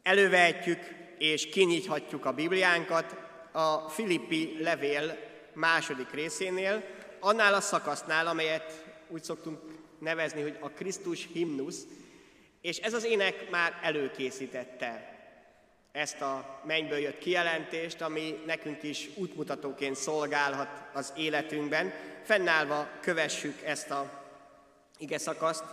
Elővehetjük és kinyithatjuk a Bibliánkat a Filippi levél második részénél, annál a szakasznál, amelyet úgy szoktunk nevezni, hogy a Krisztus himnusz, és ez az ének már előkészítette ezt a mennyből jött kijelentést, ami nekünk is útmutatóként szolgálhat az életünkben. Fennállva kövessük ezt a igeszakaszt.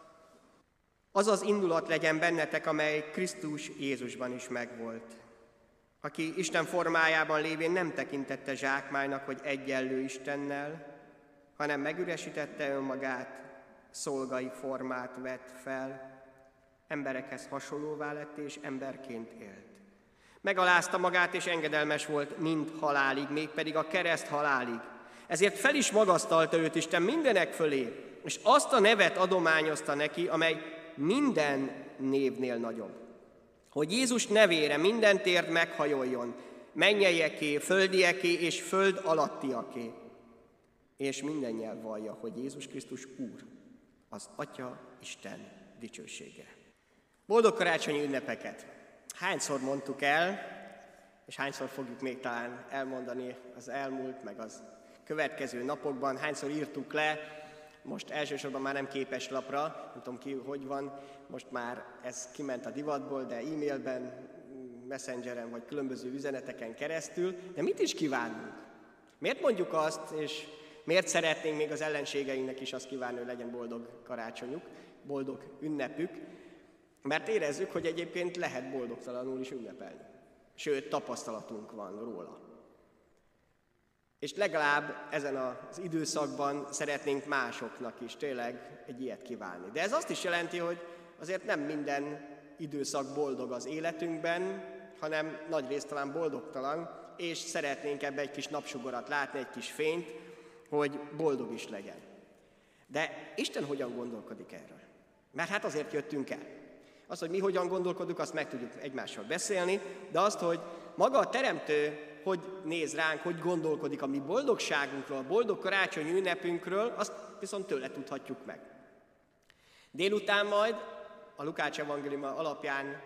Az az indulat legyen bennetek, amely Krisztus Jézusban is megvolt, aki Isten formájában lévén nem tekintette zsákmánynak, hogy egyenlő Istennel, hanem megüresítette önmagát, szolgai formát vett fel, emberekhez hasonlóvá lett és emberként élt. Megalázta magát és engedelmes volt mind halálig, mégpedig a kereszt halálig. Ezért fel is magasztalta őt Isten mindenek fölé, és azt a nevet adományozta neki, amely minden névnél nagyobb. Hogy Jézus nevére minden térd meghajoljon, mennyeieké, földieké és föld alattiaké, és minden nyelv vallja, hogy Jézus Krisztus Úr, az Atya Isten dicsőségére. Boldog karácsonyi ünnepeket! Hányszor mondtuk el, és hányszor fogjuk még talán elmondani az elmúlt, meg az következő napokban, hányszor írtuk le, most elsősorban már nem képes lapra, nem tudom ki, hogy van, most már ez kiment a divatból, de e-mailben, messengeren vagy különböző üzeneteken keresztül, de mit is kívánunk? Miért mondjuk azt, és miért szeretnénk még az ellenségeinknek is azt kívánni, hogy legyen boldog karácsonyuk, boldog ünnepük? Mert érezzük, hogy egyébként lehet boldogtalanul is ünnepelni. Sőt, tapasztalatunk van róla. És legalább ezen az időszakban szeretnénk másoknak is tényleg egy ilyet kívánni. De ez azt is jelenti, hogy azért nem minden időszak boldog az életünkben, hanem nagyrészt talán boldogtalan, és szeretnénk ebbe egy kis napsugarat látni, egy kis fényt, hogy boldog is legyen. De Isten hogyan gondolkodik erről? Mert hát azért jöttünk el. Az, hogy mi hogyan gondolkodunk, azt meg tudjuk egymással beszélni, de azt, hogy maga a Teremtő hogy néz ránk, hogy gondolkodik a mi boldogságunkról, a boldog karácsonyi ünnepünkről, azt viszont tőle tudhatjuk meg. Délután majd a Lukács evangéliuma alapján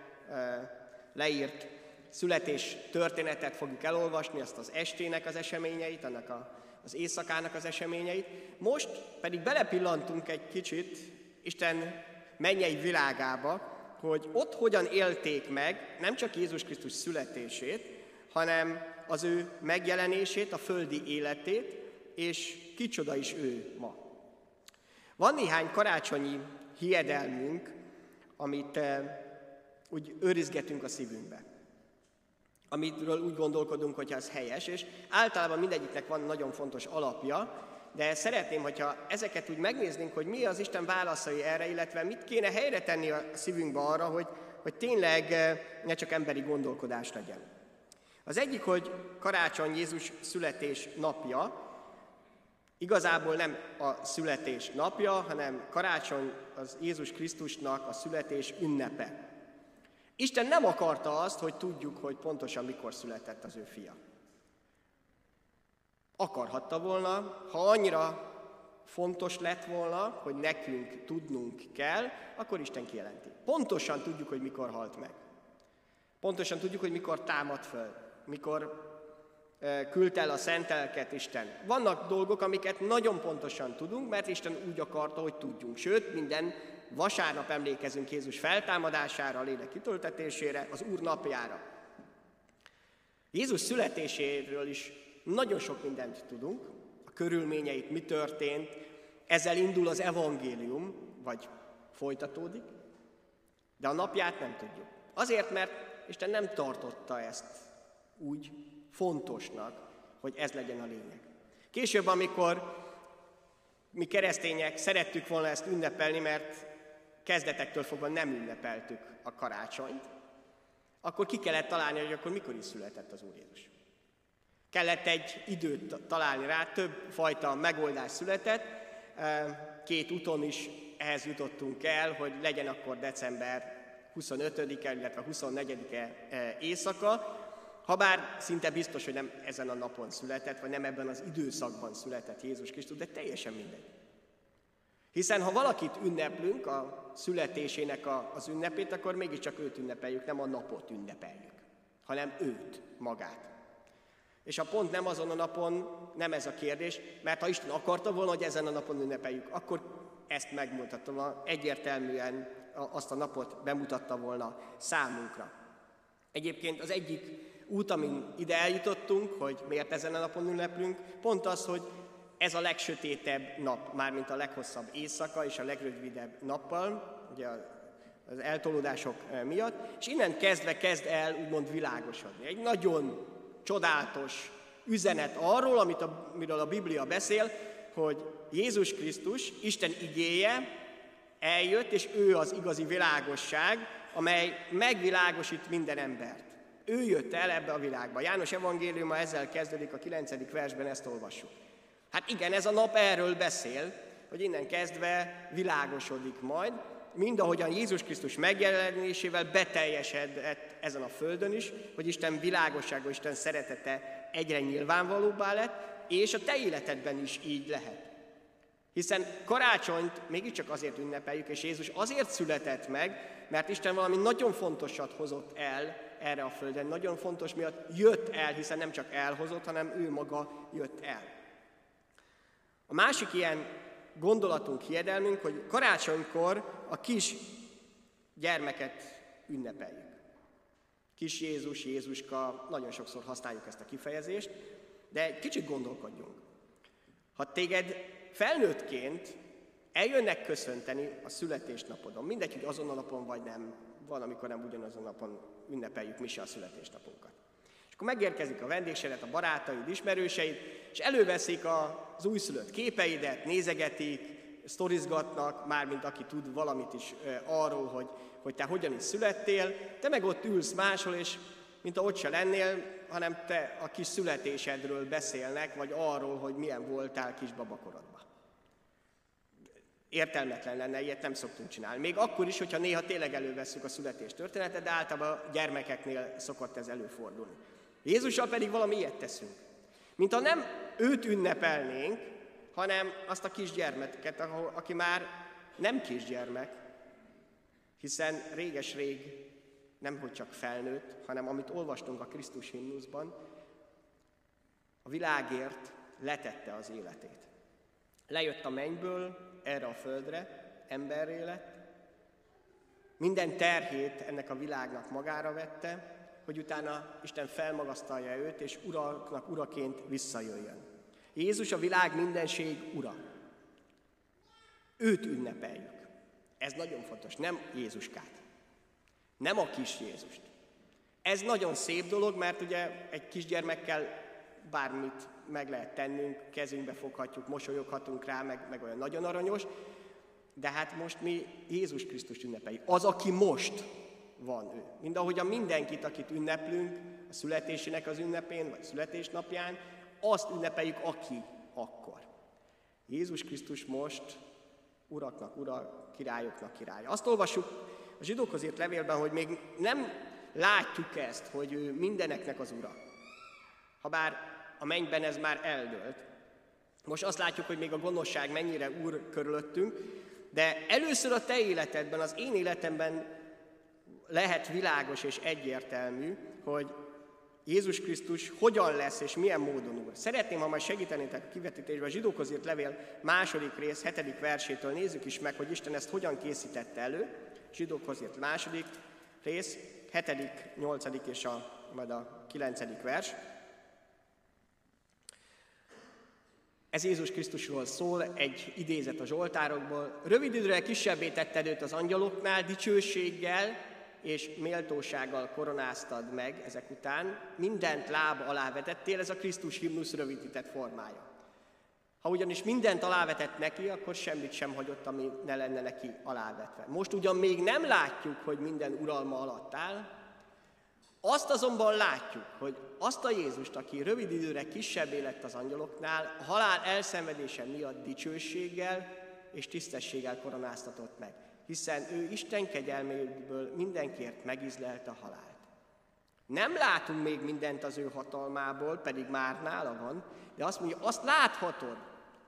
leírt születés történetet fogjuk elolvasni, azt az estének az eseményeit, annak az éjszakának az eseményeit. Most pedig belepillantunk egy kicsit Isten mennyei világába, hogy ott hogyan élték meg nem csak Jézus Krisztus születését, hanem az ő megjelenését, a földi életét, és kicsoda is ő ma. Van néhány karácsonyi hiedelmünk, amit úgy őrizgetünk a szívünkbe, amitről úgy gondolkodunk, hogy ez helyes, és általában mindegyiknek van nagyon fontos alapja, de szeretném, hogyha ezeket úgy megnéznénk, hogy mi az Isten válaszai erre, illetve mit kéne helyre tenni a szívünkbe arra, hogy tényleg ne csak emberi gondolkodás legyen. Az egyik, hogy karácsony Jézus születés napja, igazából nem a születés napja, hanem karácsony az Jézus Krisztusnak a születés ünnepe. Isten nem akarta azt, hogy tudjuk, hogy pontosan mikor született az ő fia. Akarhatta volna, ha annyira fontos lett volna, hogy nekünk tudnunk kell, akkor Isten kijelenti. Pontosan tudjuk, hogy mikor halt meg. Pontosan tudjuk, hogy mikor támad föl, mikor küldte el a szent lelket Isten. Vannak dolgok, amiket nagyon pontosan tudunk, mert Isten úgy akarta, hogy tudjunk. Sőt, minden vasárnap emlékezünk Jézus feltámadására, a lélek kitöltetésére, az Úr napjára. Jézus születéséről is nagyon sok mindent tudunk, a körülményeit, mi történt, ezzel indul az evangélium, vagy folytatódik, de a napját nem tudjuk. Azért, mert Isten nem tartotta ezt úgy fontosnak, hogy ez legyen a lényeg. Később, amikor mi keresztények szerettük volna ezt ünnepelni, mert kezdetektől fogva nem ünnepeltük a karácsonyt, akkor ki kellett találni, hogy akkor mikor is született az Úr Jézus. Kellett egy időt találni rá, több fajta megoldás született, két úton is ehhez jutottunk el, hogy legyen akkor december 25-e, illetve 24-e éjszaka, habár szinte biztos, hogy nem ezen a napon született, vagy nem ebben az időszakban született Jézus Krisztus, de teljesen mindegy. Hiszen ha valakit ünneplünk, a születésének az ünnepét, akkor mégiscsak őt ünnepeljük, nem a napot ünnepeljük, hanem őt, magát. És ha pont nem azon a napon, nem ez a kérdés, mert ha Isten akarta volna, hogy ezen a napon ünnepeljük, akkor ezt megmutatta volna, egyértelműen azt a napot bemutatta volna számunkra. Egyébként az egyik út, amin ide eljutottunk, hogy miért ezen a napon ünneplünk, pont az, hogy ez a legsötétebb nap, mármint a leghosszabb éjszaka és a legrövidebb nappal, ugye az eltolódások miatt, és innen kezdve kezd el úgymond világosodni. Egy nagyon csodálatos üzenet arról, amiről a Biblia beszél, hogy Jézus Krisztus, Isten igéje eljött, és ő az igazi világosság, amely megvilágosít minden embert. Ő jött el ebbe a világba. János evangéliuma ezzel kezdődik, a 9. versben ezt olvassuk. Hát igen, ez a nap erről beszél, hogy innen kezdve világosodik majd, mindahogyan Jézus Krisztus megjelenésével beteljesedett ezen a földön is, hogy Isten világossága, Isten szeretete egyre nyilvánvalóbbá lett, és a te életedben is így lehet. Hiszen karácsonyt mégiscsak azért ünnepeljük, és Jézus azért született meg, mert Isten valami nagyon fontosat hozott el erre a földön. Nagyon fontos miatt jött el, hiszen nem csak elhozott, hanem ő maga jött el. A másik ilyen gondolatunk, hiedelmünk, hogy karácsonykor a kis gyermeket ünnepeljük. Kis Jézus, Jézuska, nagyon sokszor használjuk ezt a kifejezést, de egy kicsit gondolkodjunk. Ha téged felnőttként eljönnek köszönteni a születésnapodon, mindegy, hogy azon a napon vagy nem, van, amikor nem ugyanazon a napon ünnepeljük mi se a születésnapunkat. És akkor megérkezik a vendégséget, a barátaid, ismerőseid, és előveszik az újszülött képeidet, nézegetik, sztorizgatnak, mármint aki tud valamit is arról, hogy te hogyan is születtél, te meg ott ülsz máshol, és mint ha ott se lennél, hanem te a kis születésedről beszélnek, vagy arról, hogy milyen voltál kisbabakorodban. Értelmetlen lenne, ilyet nem szoktunk csinálni. Még akkor is, hogyha néha tényleg elővesszük a születés történetet, de általában a gyermekeknél szokott ez előfordulni. Jézussal pedig valami ilyet teszünk. Mint ha nem őt ünnepelnénk, hanem azt a kisgyermeket, aki már nem kisgyermek, hiszen réges-rég nemhogy csak felnőtt, hanem amit olvastunk a Krisztus himnuszban, a világért letette az életét. Lejött a mennyből erre a földre, emberré lett, minden terhét ennek a világnak magára vette, hogy utána Isten felmagasztalja őt, és uraknak uraként visszajöjjön. Jézus a világ mindenség ura. Őt ünnepeljük. Ez nagyon fontos, nem Jézuskát. Nem a kis Jézust. Ez nagyon szép dolog, mert ugye egy kisgyermekkel bármit meg lehet tennünk, kezünkbe foghatjuk, mosolyoghatunk rá, meg olyan nagyon aranyos, de hát most mi Jézus Krisztust ünnepeljük. Az, aki most van ő. Mindahogyan mindenkit, akit ünneplünk, a születésének az ünnepén, vagy születésnapján, azt ünnepeljük, aki akkor. Jézus Krisztus most uraknak ura, királyoknak királya. Azt olvassuk a zsidókhoz írt levélben, hogy még nem látjuk ezt, hogy ő mindeneknek az ura. Habár a mennyben ez már eldőlt. Most azt látjuk, hogy még a gonoszság mennyire úr körülöttünk, de először a te életedben, az én életemben lehet világos és egyértelmű, hogy Jézus Krisztus hogyan lesz és milyen módon úr. Szeretném, ha majd segítenétek a kivetítésben, a zsidókhoz írt levél 2. rész 7. versétől nézzük is meg, hogy Isten ezt hogyan készítette elő. Zsidókhoz írt 2. rész, 7., 8. és majd a 9. vers. Ez Jézus Krisztusról szól, egy idézet a Zsoltárokból. Rövid időre kisebbé tetted őt az angyaloknál, dicsőséggel és méltósággal koronáztad meg ezek után, mindent lába alá vetettél, ez a Krisztus himnusz rövidített formája. Ha ugyanis mindent alávetett neki, akkor semmit sem hagyott, ami ne lenne neki alávetve. Most ugyan még nem látjuk, hogy minden uralma alatt áll, azt azonban látjuk, hogy azt a Jézust, aki rövid időre kisebbé lett az angyaloknál, a halál elszenvedése miatt dicsőséggel és tisztességgel koronáztatott meg, hiszen ő Isten kegyelméből mindenkiért megízlelte a halált. Nem látunk még mindent az ő hatalmából, pedig már nála van, de azt mondja, azt láthatod,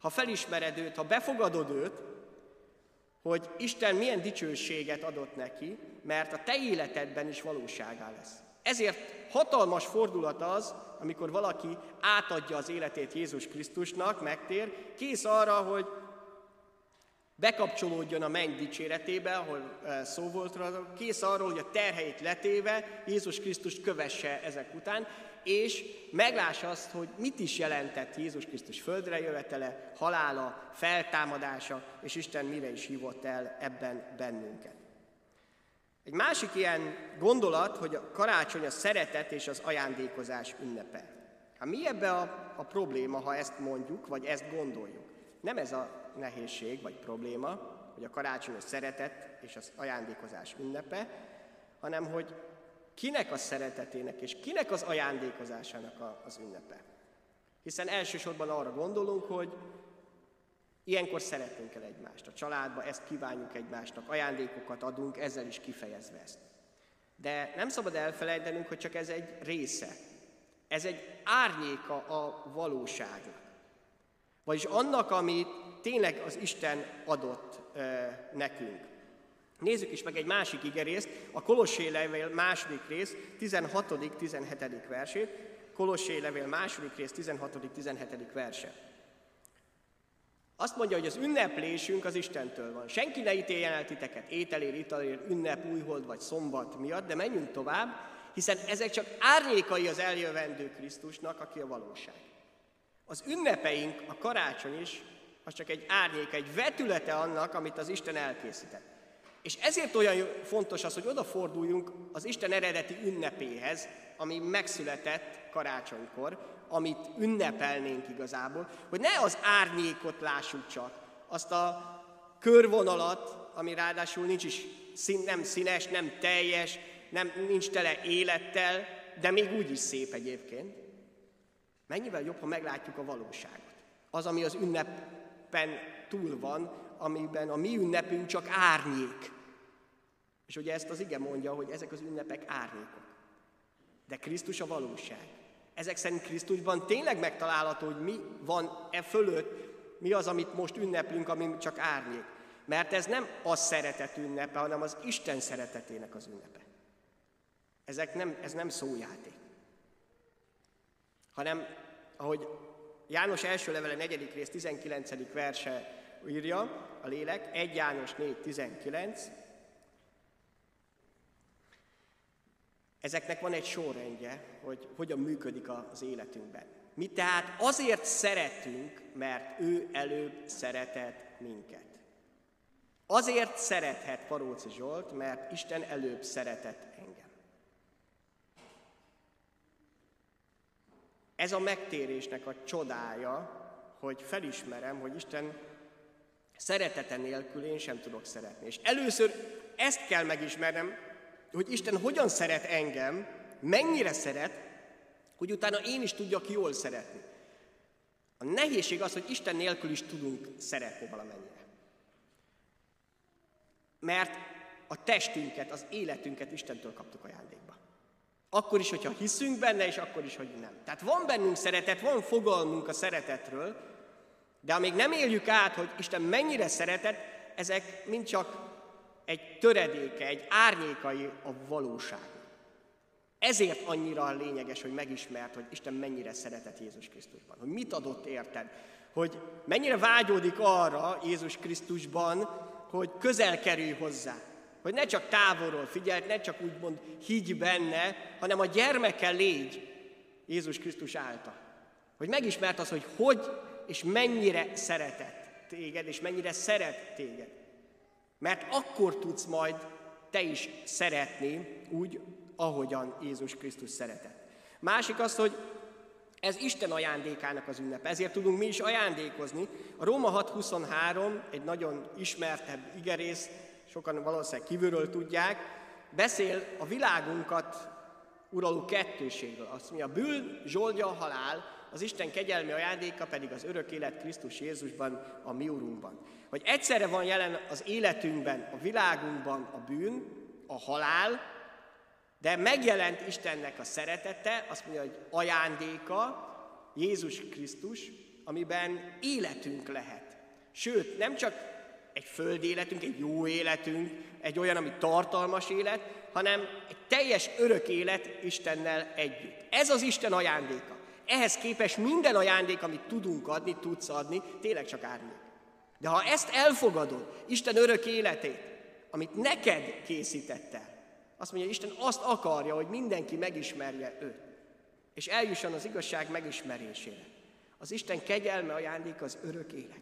ha felismered őt, ha befogadod őt, hogy Isten milyen dicsőséget adott neki, mert a te életedben is valóságá lesz. Ezért hatalmas fordulat az, amikor valaki átadja az életét Jézus Krisztusnak, megtér, kész arra, hogy bekapcsolódjon a menny dicséretébe, ahol szó volt róla, kész arról, hogy a terheit letéve Jézus Krisztust kövesse ezek után, és meglássa azt, hogy mit is jelentett Jézus Krisztus földre jövetele, halála, feltámadása, és Isten mire is hívott el ebben bennünket. Egy másik ilyen gondolat, hogy a karácsony a szeretet és az ajándékozás ünnepe. Hát mi ebbe a probléma, ha ezt mondjuk, vagy ezt gondoljuk? Nem ez a nehézség vagy probléma, hogy a karácsony a szeretet és az ajándékozás ünnepe, hanem hogy kinek a szeretetének és kinek az ajándékozásának az ünnepe. Hiszen elsősorban arra gondolunk, hogy ilyenkor szeretnénk el egymást. A családba ezt kívánjuk egymásnak, ajándékokat adunk, ezzel is kifejezve ezt. De nem szabad elfelejtenünk, hogy csak ez egy része. Ez egy árnyéka a valóságnak. Vagyis annak, amit tényleg az Isten adott nekünk. Nézzük is meg egy másik igerészt, a Kolossé levél második rész, 16.-17. versét. Kolossé levél második rész, 16.-17. verse. Azt mondja, hogy az ünneplésünk az Istentől van. Senki ne ítéljen el titeket ételér, italért, ünnep, újhold vagy szombat miatt, de menjünk tovább, hiszen ezek csak árnyékai az eljövendő Krisztusnak, aki a valóság. Az ünnepeink, a karácsony is, az csak egy árnyéka, egy vetülete annak, amit az Isten elkészített. És ezért olyan fontos az, hogy odaforduljunk az Isten eredeti ünnepéhez, ami megszületett karácsonykor, amit ünnepelnénk igazából, hogy ne az árnyékot lássuk csak, azt a körvonalat, ami ráadásul nem színes, nem teljes, nincs tele élettel, de még úgy is szép egyébként. Mennyivel jobb, ha meglátjuk a valóságot. Az, ami az ünnepen túl van, amiben a mi ünnepünk csak árnyék. És ugye ezt az ige mondja, hogy ezek az ünnepek árnyékok. De Krisztus a valóság. Ezek szerint Krisztusban tényleg megtalálható, hogy mi van e fölött, mi az, amit most ünneplünk, ami csak árnyék. Mert ez nem a szeretet ünnepe, hanem az Isten szeretetének az ünnepe. Ez nem szójáték. Hanem, ahogy János első levele 4. rész 19. verse írja a lélek, 1 János 4.19. Ezeknek van egy sorrendje, hogy hogyan működik az életünkben. Mi tehát azért szeretünk, mert ő előbb szeretett minket. Azért szerethet Paróci Zsolt, mert Isten előbb szeretett engem. Ez a megtérésnek a csodája, hogy felismerem, hogy Isten szeretete nélkül én sem tudok szeretni. És először ezt kell megismernem, hogy Isten hogyan szeret engem, mennyire szeret, hogy utána én is tudjak jól szeretni. A nehézség az, hogy Isten nélkül is tudunk szeretni valamennyire. Mert a testünket, az életünket Istentől kaptuk ajándékba. Akkor is, hogyha hiszünk benne, és akkor is, hogy nem. Tehát van bennünk szeretet, van fogalmunk a szeretetről, de amíg nem éljük át, hogy Isten mennyire szeretett, ezek mind csak egy töredéke, egy árnyékai a valóságnak. Ezért annyira lényeges, hogy megismerd, hogy Isten mennyire szeretett Jézus Krisztusban. Hogy mit adott érted. Hogy mennyire vágyódik arra Jézus Krisztusban, hogy közel kerülj hozzá. Hogy ne csak távolról figyeld, ne csak úgymond higgy benne, hanem a gyermeke légy Jézus Krisztus által. Hogy megismerd az, hogy és mennyire szeretett téged, és mennyire szeret téged. Mert akkor tudsz majd te is szeretni úgy, ahogyan Jézus Krisztus szeretett. Másik az, hogy ez Isten ajándékának az ünnepe, ezért tudunk mi is ajándékozni. A Róma 6.23, egy nagyon ismertebb igerész, sokan valószínűleg kívülről tudják, beszél a világunkat uraló kettőségről. Azt mondja, a bűn zsoldja a halál, az Isten kegyelmi ajándéka pedig az örök élet Krisztus Jézusban, a mi Urunkban. Hogy egyszerre van jelen az életünkben, a világunkban a bűn, a halál, de megjelent Istennek a szeretete, azt mondja, hogy ajándéka, Jézus Krisztus, amiben életünk lehet. Sőt, nem csak egy földi életünk, egy jó életünk, egy olyan, ami tartalmas élet, hanem egy teljes örök élet Istennel együtt. Ez az Isten ajándéka. Ehhez képest minden ajándék, amit tudunk adni, tudsz adni, tényleg csak árnyék. De ha ezt elfogadod, Isten örök életét, amit neked készített el, azt mondja, Isten azt akarja, hogy mindenki megismerje őt, és eljusson az igazság megismerésére. Az Isten kegyelme ajándéka az örök élet.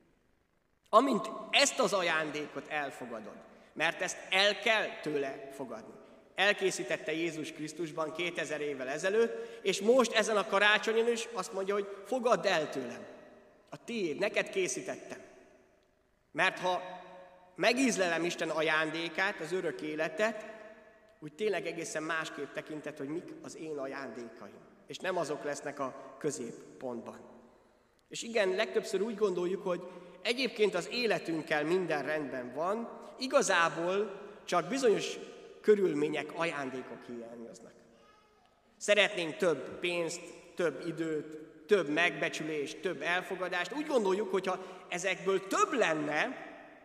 Amint ezt az ajándékot elfogadod, mert ezt el kell tőle fogadni. Elkészítette Jézus Krisztusban 2000 évvel ezelőtt, és most ezen a karácsonyon is azt mondja, hogy fogadd el tőlem. A tiéd, neked készítettem. Mert ha megízlelem Isten ajándékát, az örök életet, úgy tényleg egészen másképp tekinted, hogy mik az én ajándékaim. És nem azok lesznek a középpontban. És igen, legtöbbször úgy gondoljuk, hogy egyébként az életünkkel minden rendben van, igazából csak bizonyos körülmények, ajándékok hiányoznak. Szeretnénk több pénzt, több időt, több megbecsülést, több elfogadást. Úgy gondoljuk, hogy ha ezekből több lenne,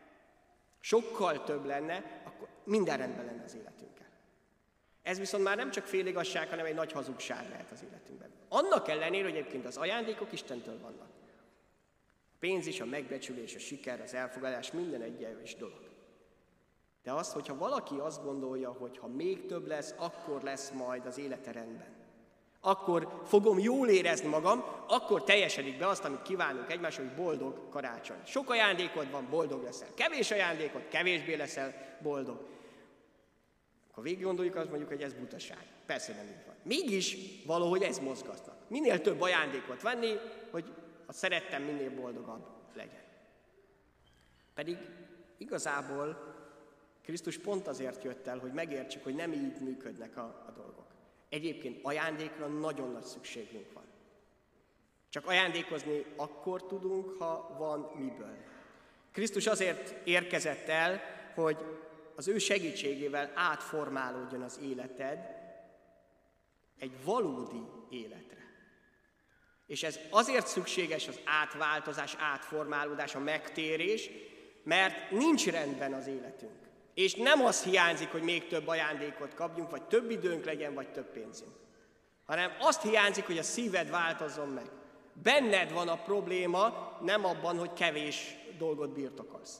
sokkal több lenne, akkor minden rendben lenne az életünkkel. Ez viszont már nem csak féligazság, hanem egy nagy hazugság lehet az életünkben. Annak ellenére, hogy egyébként az ajándékok Istentől vannak. A pénz is, a megbecsülés, a siker, az elfogadás, minden egyes dolog. De az, hogyha valaki azt gondolja, hogy ha még több lesz, akkor lesz majd az élete rendben. Akkor fogom jól érezni magam, akkor teljesedik be azt, amit kívánunk egymásra, hogy boldog karácsony. Sok ajándékod van, boldog leszel. Kevés ajándékod, kevésbé leszel boldog. Akkor végig gondoljuk, azt mondjuk, hogy ez butaság. Persze nem így van. Mégis valahogy ez mozgatnak. Minél több ajándékot venni, hogy a szerettem minél boldogabb legyen. Pedig igazából Krisztus pont azért jött el, hogy megértsük, hogy nem így működnek a dolgok. Egyébként ajándékra nagyon nagy szükségünk van. Csak ajándékozni akkor tudunk, ha van miből. Krisztus azért érkezett el, hogy az ő segítségével átformálódjon az életed egy valódi életre. És ez azért szükséges az átváltozás, átformálódás, a megtérés, mert nincs rendben az életünk. És nem az hiányzik, hogy még több ajándékot kapjunk, vagy több időnk legyen, vagy több pénzünk. Hanem azt hiányzik, hogy a szíved változzon meg. Benned van a probléma, nem abban, hogy kevés dolgot birtokolsz.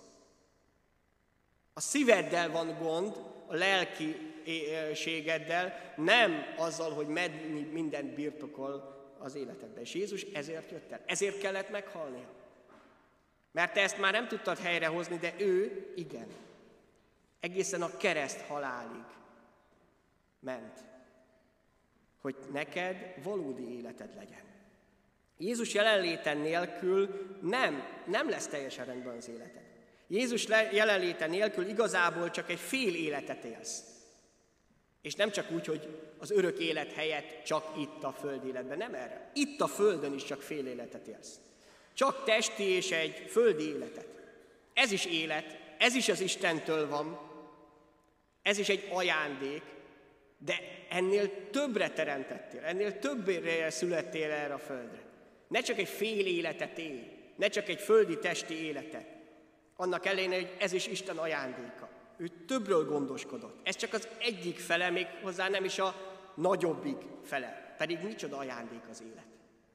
A szíveddel van gond, a lelkiségeddel, nem azzal, hogy mindent birtokol az életedbe. És Jézus ezért jött el. Ezért kellett meghalnia. Mert te ezt már nem tudtad helyrehozni, de ő igen. Egészen a kereszt halálig ment, hogy neked valódi életed legyen. Jézus jelenléte nélkül nem lesz teljesen rendben az életed. Jézus jelenléte nélkül igazából csak egy fél életet élsz. És nem csak úgy, hogy az örök élet helyett csak itt a földi életben, nem erre. Itt a földön is csak fél életet élsz. Csak testi és egy földi életet. Ez is élet, ez is az Istentől van, ez is egy ajándék, de ennél többre teremtettél, ennél többre születtél erre a földre. Ne csak egy fél életet élj, ne csak egy földi testi életet. Annak ellenére, hogy ez is Isten ajándéka. Ő többről gondoskodott. Ez csak az egyik fele, még hozzá nem is a nagyobbik fele. Pedig micsoda ajándék az élet.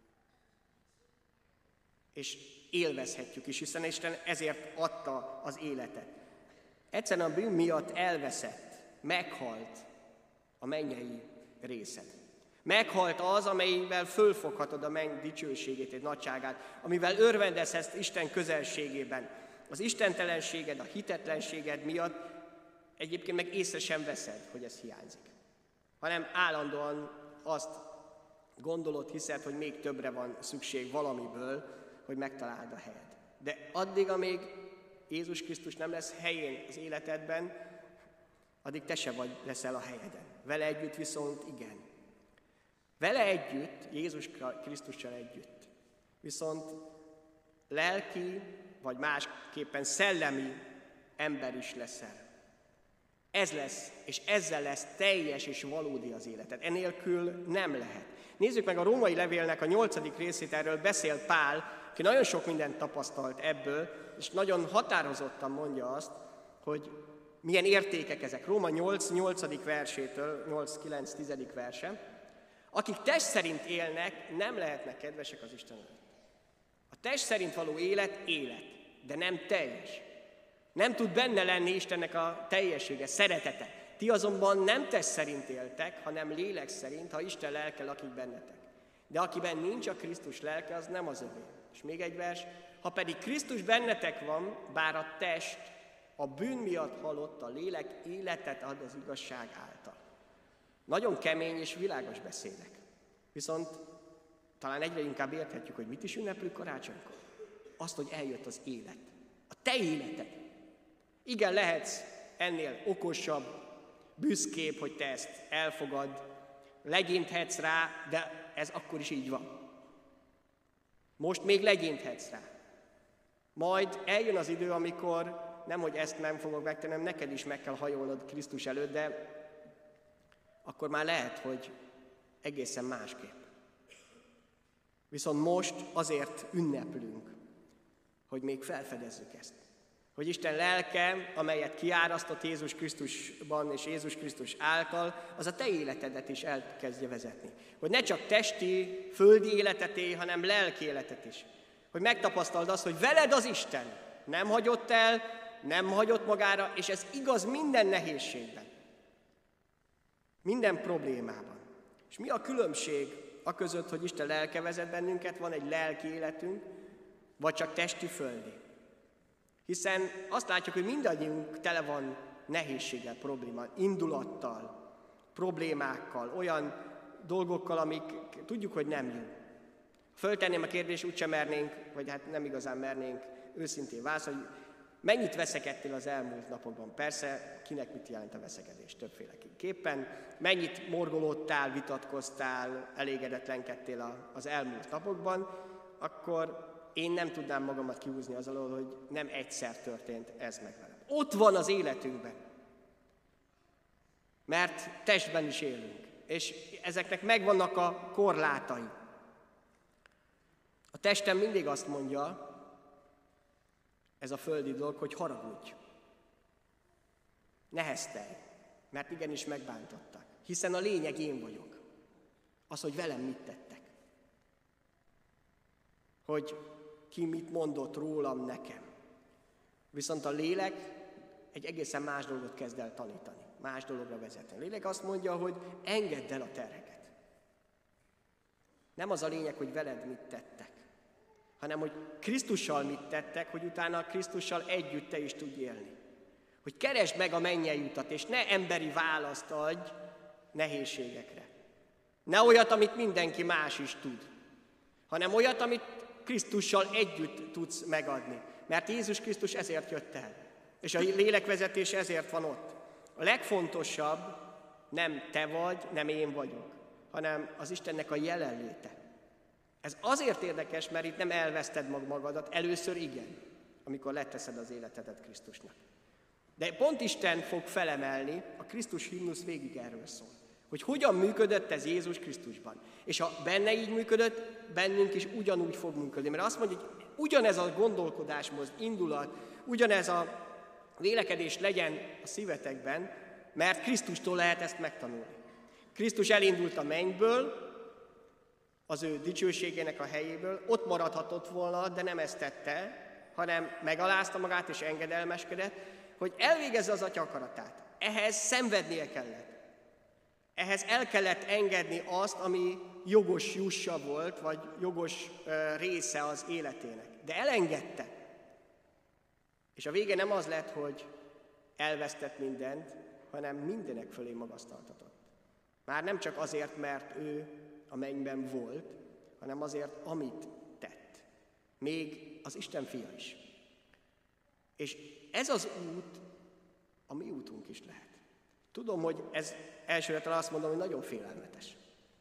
És élvezhetjük is, hiszen Isten ezért adta az életet. Egyszerűen a bűn miatt elveszett, meghalt a mennyei részed. Meghalt az, amelyivel fölfoghatod a menny dicsőségét és nagyságát, amivel örvendezhetsz Isten közelségében. Az istentelenséged, a hitetlenséged miatt egyébként meg észre sem veszed, hogy ez hiányzik. Hanem állandóan azt gondolod, hiszed, hogy még többre van szükség valamiből, hogy megtaláld a helyed. De addig, amíg Jézus Krisztus nem lesz helyén az életedben, addig te se vagy leszel a helyeden. Vele együtt viszont igen. Vele együtt, Jézus Krisztussal együtt. Viszont lelki, vagy másképpen szellemi ember is leszel. Ez lesz, és ezzel lesz teljes és valódi az életed. Enélkül nem lehet. Nézzük meg a római levélnek a 8. részét, erről beszél Pál, aki nagyon sok mindent tapasztalt ebből, és nagyon határozottan mondja azt, hogy milyen értékek ezek. Róma 8. versétől, 8-9-10. verse. Akik test szerint élnek, nem lehetnek kedvesek az Isten előtt. A test szerint való élet, de nem teljes. Nem tud benne lenni Istennek a teljessége, szeretete. Ti azonban nem test szerint éltek, hanem lélek szerint, ha Isten lelke lakik bennetek. De akiben nincs a Krisztus lelke, az nem az övé. És még egy vers, ha pedig Krisztus bennetek van, bár a test a bűn miatt halott, a lélek életet ad az igazság által. Nagyon kemény és világos beszédek. Viszont talán egyre inkább érthetjük, hogy mit is ünneplünk karácsonykor. Azt, hogy eljött az élet. A te életed. Igen, lehetsz ennél okosabb, büszkébb, hogy te ezt elfogad, legyinthetsz rá, de ez akkor is így van. Most még legyinthetsz rá. Majd eljön az idő, amikor nemhogy ezt nem fogok megtenni, hanem neked is meg kell hajolnod Krisztus előtt, de akkor már lehet, hogy egészen másképp. Viszont most azért ünneplünk, hogy még felfedezzük ezt. Hogy Isten lelke, amelyet kiárasztott Jézus Krisztusban és Jézus Krisztus által, az a te életedet is elkezdje vezetni. Hogy ne csak testi, földi életet élj, hanem lelki életet is. Hogy megtapasztald azt, hogy veled az Isten nem hagyott el, nem hagyott magára, és ez igaz minden nehézségben. Minden problémában. És mi a különbség aközött, hogy Isten lelke vezet bennünket, van egy lelki életünk, vagy csak testi, földi? Hiszen azt látjuk, hogy mindannyiunk tele van nehézséggel, problémával, indulattal, problémákkal, olyan dolgokkal, amik tudjuk, hogy nem jó. Föltenném a kérdést, úgysem mernénk, vagy hát nem igazán mernénk őszintén válaszolni, hogy mennyit veszekedtél az elmúlt napokban? Persze, kinek mit jelent a veszekedés? Többféleképpen. Mennyit morgolódtál, vitatkoztál, elégedetlenkedtél az elmúlt napokban, akkor én nem tudnám magamat kihúzni az alól, hogy nem egyszer történt ez meg velem. Ott van az életünkben. Mert testben is élünk. És ezeknek megvannak a korlátai. A testem mindig azt mondja, ez a földi dolog, hogy haragudj. Neheztelj, mert igenis megbántottak. Hiszen a lényeg én vagyok. Az, hogy velem mit tettek. Hogy ki mit mondott rólam nekem. Viszont a lélek egy egészen más dolgot kezd el tanítani. Más dologra vezetni. A lélek azt mondja, hogy engedd el a terheket. Nem az a lényeg, hogy veled mit tettek, hanem hogy Krisztussal mit tettek, hogy utána Krisztussal együtt te is tudj élni. Hogy keresd meg a mennyei utat, és ne emberi választ adj nehézségekre. Ne olyat, amit mindenki más is tud, hanem olyat, amit Krisztussal együtt tudsz megadni. Mert Jézus Krisztus ezért jött el. És a lélekvezetés ezért van ott. A legfontosabb nem te vagy, nem én vagyok, hanem az Istennek a jelenléte. Ez azért érdekes, mert itt nem elveszted magadat, először igen, amikor leteszed az életedet Krisztusnak. De pont Isten fog felemelni, a Krisztus himnusz végig erről szól. Hogy hogyan működött ez Jézus Krisztusban. És ha benne így működött, bennünk is ugyanúgy fog működni. Mert azt mondja, hogy ugyanez a gondolkodásmód, indulat, ugyanez a vélekedés legyen a szívetekben, mert Krisztustól lehet ezt megtanulni. Krisztus elindult a mennyből, az ő dicsőségének a helyéből, ott maradhatott volna, de nem ezt tette, hanem megalázta magát és engedelmeskedett, hogy elvégezze az Atya akaratát. Ehhez szenvednie kellett. Ehhez el kellett engedni azt, ami jogos jussa volt, vagy jogos része az életének. De elengedte. És a vége nem az lett, hogy elvesztett mindent, hanem mindenek fölé magasztaltatott. Már nem csak azért, mert ő a mennyben volt, hanem azért, amit tett. Még az Isten fia is. És ez az út, a mi útunk is lehet. Tudom, hogy ez elsőre talán azt mondom, hogy nagyon félelmetes.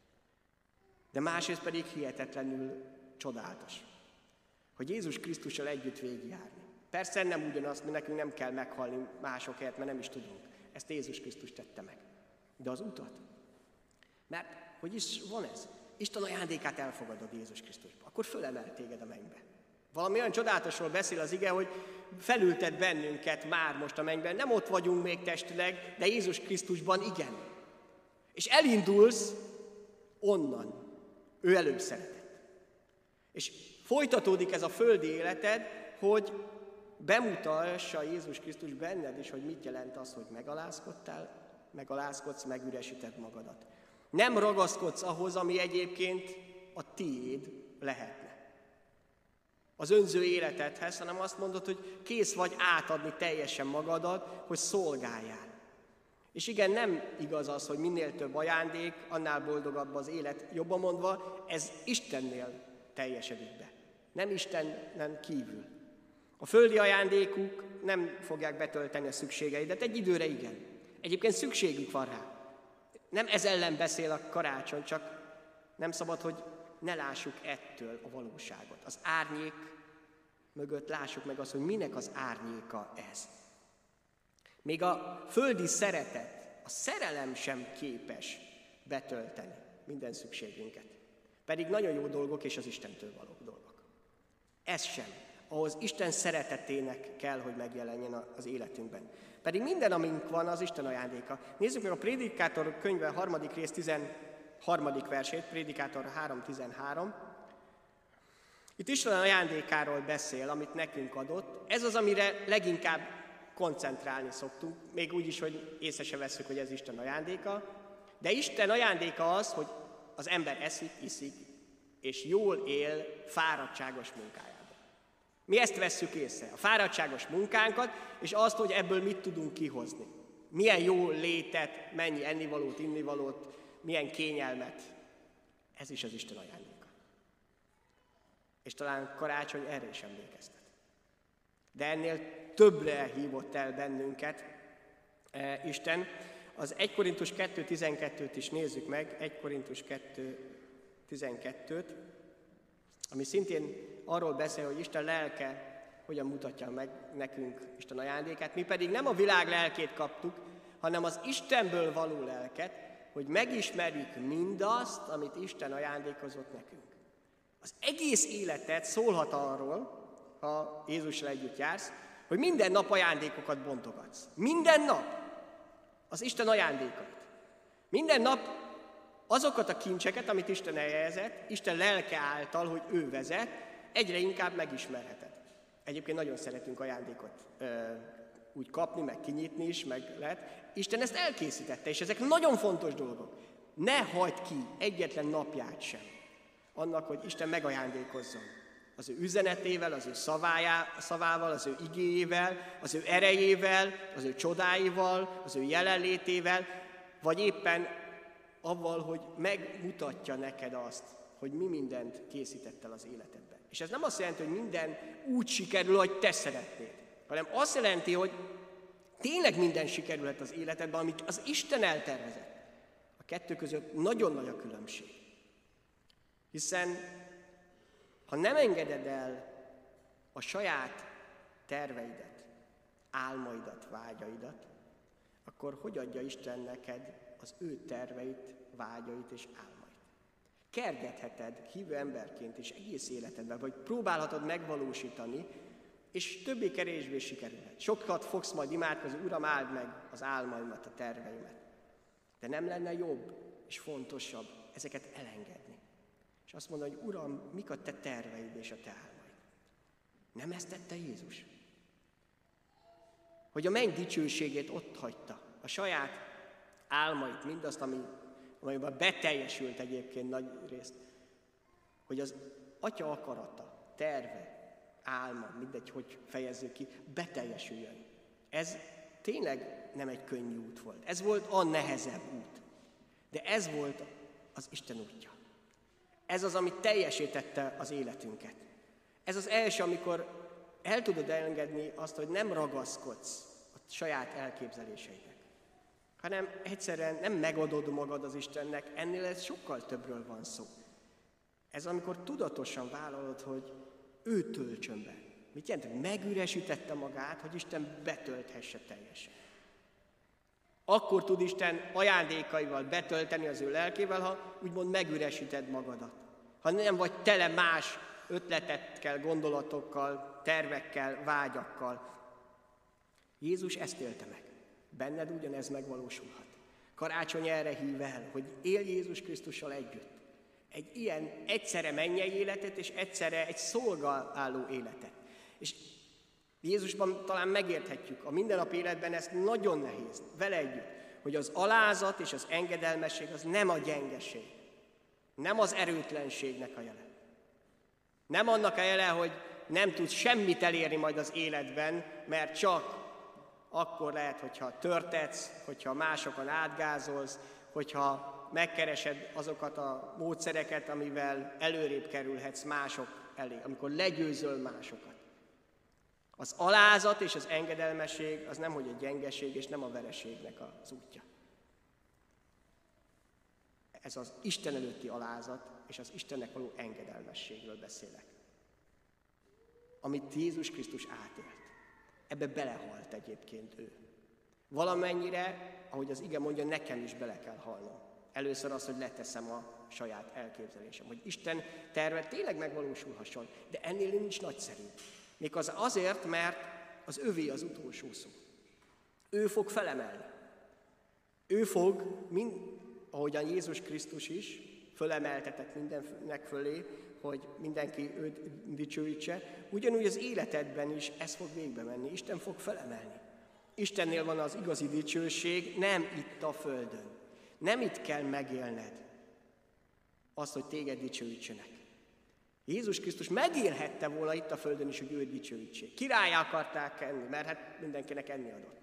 De másrészt pedig hihetetlenül csodálatos. Hogy Jézus Krisztussal együtt végigjárni. Persze nem ugyanaz, mert nekünk nem kell meghalni másokért, mert nem is tudunk. Ezt Jézus Krisztus tette meg. De az utat. Mert hogy is van ez? Isten ajándékát elfogadod Jézus Krisztusba, akkor fölemel téged a mennybe. Valami olyan csodálatosról beszél az ige, hogy felültet bennünket már most a mennyben. Nem ott vagyunk még testileg, de Jézus Krisztusban igen. És elindulsz onnan. Ő előbb szeretett. És folytatódik ez a földi életed, hogy bemutassa Jézus Krisztus benned is, hogy mit jelent az, hogy megalázkodsz, megüresíted magadat. Nem ragaszkodsz ahhoz, ami egyébként a tiéd lehetne. Az önző életedhez, hanem azt mondod, hogy kész vagy átadni teljesen magadat, hogy szolgáljál. És igen, nem igaz az, hogy minél több ajándék, annál boldogabb az élet. Jobban mondva, ez Istennél teljesedik be. Nem Istenen kívül. A földi ajándékuk nem fogják betölteni a szükségeidet, egy időre igen. Egyébként szükségük van rá. Nem ez ellen beszél a karácsony, csak nem szabad, hogy ne lássuk ettől a valóságot. Az árnyék mögött lássuk meg azt, hogy minek az árnyéka ez. Még a földi szeretet, a szerelem sem képes betölteni minden szükségünket. Pedig nagyon jó dolgok és az Istentől való dolgok. Ez sem. Ahhoz Isten szeretetének kell, hogy megjelenjen az életünkben. Pedig minden, amink van, az Isten ajándéka. Nézzük meg a Prédikátor könyve 3. rész 13. versét, Prédikátor 3.13. Itt Isten ajándékáról beszél, amit nekünk adott. Ez az, amire leginkább koncentrálni szoktunk, még úgy is, hogy észre se vesszük, hogy ez Isten ajándéka. De Isten ajándéka az, hogy az ember eszik, iszik, és jól él fáradtságos munkájában. Mi ezt vesszük észre, a fáradtságos munkánkat, és azt, hogy ebből mit tudunk kihozni. Milyen jó létet, mennyi ennivalót, innivalót, milyen kényelmet. Ez is az Isten ajándéka. És talán karácsony erre is emlékeztet. De ennél többre hívott el bennünket Isten. Az 1 Korintus 2.12-t is nézzük meg, 1 Korintus 2.12-t, ami szintén arról beszél, hogy Isten lelke hogyan mutatja meg nekünk Isten ajándékát. Mi pedig nem a világ lelkét kaptuk, hanem az Istenből való lelket, hogy megismerjük mindazt, amit Isten ajándékozott nekünk. Az egész életed szólhat arról, ha Jézussal együtt jársz, hogy minden nap ajándékokat bontogatsz. Minden nap az Isten ajándékait. Minden nap azokat a kincseket, amit Isten eljegyzett, Isten lelke által, hogy ő vezet, egyre inkább megismerheted. Egyébként nagyon szeretünk ajándékot úgy kapni, meg kinyitni is, meg lehet. Isten ezt elkészítette, és ezek nagyon fontos dolgok. Ne hagyd ki egyetlen napját sem annak, hogy Isten megajándékozzon. Az ő üzenetével, az ő szavával, az ő igéjével, az ő erejével, az ő csodáival, az ő jelenlétével, vagy éppen avval, hogy megmutatja neked azt, hogy mi mindent készített el az életedben. És ez nem azt jelenti, hogy minden úgy sikerül, ahogy te szeretnéd, hanem azt jelenti, hogy tényleg minden sikerülhet az életedben, amit az Isten eltervezett. A kettő között nagyon nagy a különbség. Hiszen ha nem engeded el a saját terveidet, álmaidat, vágyaidat, akkor hogy adja Isten neked az ő terveit, vágyait és álmait? Kergetheted hívő emberként is egész életedben, vagy próbálhatod megvalósítani, és többé-kevésbé sikerülhet. Sokat fogsz majd imádkozni, Uram, áld meg az álmaimat, a terveimet. De nem lenne jobb és fontosabb ezeket elengedni. És azt mondani, hogy Uram, mik a te terveid és a te álmaid. Nem ezt tette Jézus? Hogy a menny dicsőségét ott hagyta, a saját álmait, mindazt, amiben beteljesült egyébként nagy részt, hogy az Atya akarata, terve, álma, mindegy, hogy fejezzük ki, beteljesüljön. Ez tényleg nem egy könnyű út volt. Ez volt a nehezebb út. De ez volt az Isten útja. Ez az, ami teljesítette az életünket. Ez az első, amikor el tudod engedni azt, hogy nem ragaszkodsz a saját elképzeléseidnek, hanem egyszerűen nem megadod magad az Istennek, ennél ez sokkal többről van szó. Ez amikor tudatosan vállalod, hogy ő töltsön be. Mit jelent? Megüresítette magát, hogy Isten betölthesse teljesen. Akkor tud Isten ajándékaival betölteni az ő lelkével, ha úgymond megüresíted magadat. Ha nem vagy tele más ötletekkel, gondolatokkal, tervekkel, vágyakkal. Jézus ezt élte meg. Benned ugyanez megvalósulhat. Karácsony erre hív el, hogy él Jézus Krisztussal együtt. Egy ilyen egyszerre mennyei életet, és egyszerre egy szolgáló életet. És Jézusban talán megérthetjük, a mindennapi életben ez nagyon nehéz, vele együtt, hogy az alázat és az engedelmesség az nem a gyengeség, nem az erőtlenségnek a jele. Nem annak a jele, hogy nem tudsz semmit elérni majd az életben, mert csak akkor lehet, hogyha törtetsz, hogyha másokon átgázolsz, hogyha megkeresed azokat a módszereket, amivel előrébb kerülhetsz mások elé, amikor legyőzöl másokat. Az alázat és az engedelmesség az nem, hogy a gyengeség és nem a vereségnek az útja. Ez az Isten előtti alázat és az Istennek való engedelmességről beszélek. Amit Jézus Krisztus átélt. Ebbe belehalt egyébként ő. Valamennyire, ahogy az ige mondja, nekem is bele kell halnom. Először az, hogy leteszem a saját elképzelésem, hogy Isten terve tényleg megvalósulhasson, de ennél nincs nagyszerű. Méghozzá azért, mert az övé az utolsó szó. Ő fog felemelni. Ő fog, ahogyan Jézus Krisztus is, fölemeltetett mindennek fölé, hogy mindenki őt dicsőítse, ugyanúgy az életedben is ez fog végbe menni. Isten fog felemelni. Istennél van az igazi dicsőség, nem itt a földön. Nem itt kell megélned azt, hogy téged dicsőítsenek. Jézus Krisztus megélhette volna itt a földön is, hogy őt dicsőítsék. Királlyá akarták enni, mert hát mindenkinek enni adott.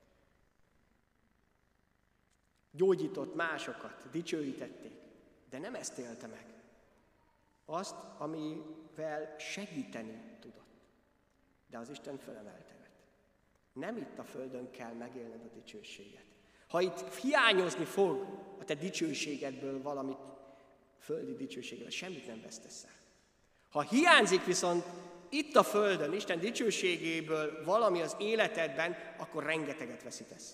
Gyógyított másokat, dicsőítették, de nem ezt élte meg. Azt, amivel segíteni tudott. De az Isten felemelte őt. Nem itt a földön kell megélned a dicsőséget. Ha itt hiányozni fog a te dicsőségedből valamit, földi dicsőségedből, semmit nem vesztesz el. Ha hiányzik viszont itt a földön Isten dicsőségéből valami az életedben, akkor rengeteget veszítesz.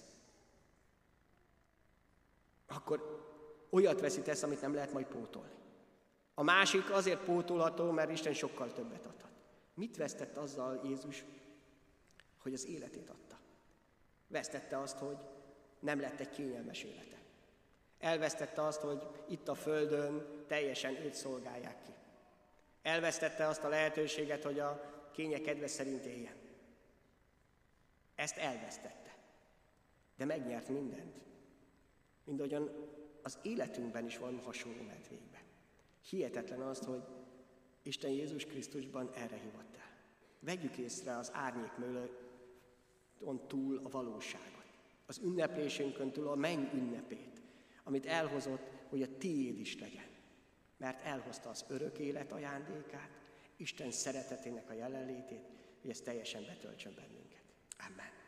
Akkor olyat veszítesz, amit nem lehet majd pótolni. A másik azért pótolható, mert Isten sokkal többet adhat. Mit vesztett azzal Jézus, hogy az életét adta? Vesztette azt, hogy nem lett egy kényelmes élete. Elvesztette azt, hogy itt a földön teljesen őt szolgálják ki. Elvesztette azt a lehetőséget, hogy a kénye kedve szerint éljen. Ezt elvesztette. De megnyert mindent. Mindahogyan az életünkben is van hasonló medvékben. Hihetetlen az, hogy Isten Jézus Krisztusban erre hívott el. Vegyük észre az árnyék mögön túl a valóságot. Az ünneplésünkön túl a menny ünnepét, amit elhozott, hogy a tiéd is legyen. Mert elhozta az örök élet ajándékát, Isten szeretetének a jelenlétét, hogy ez teljesen betöltsön bennünket. Amen.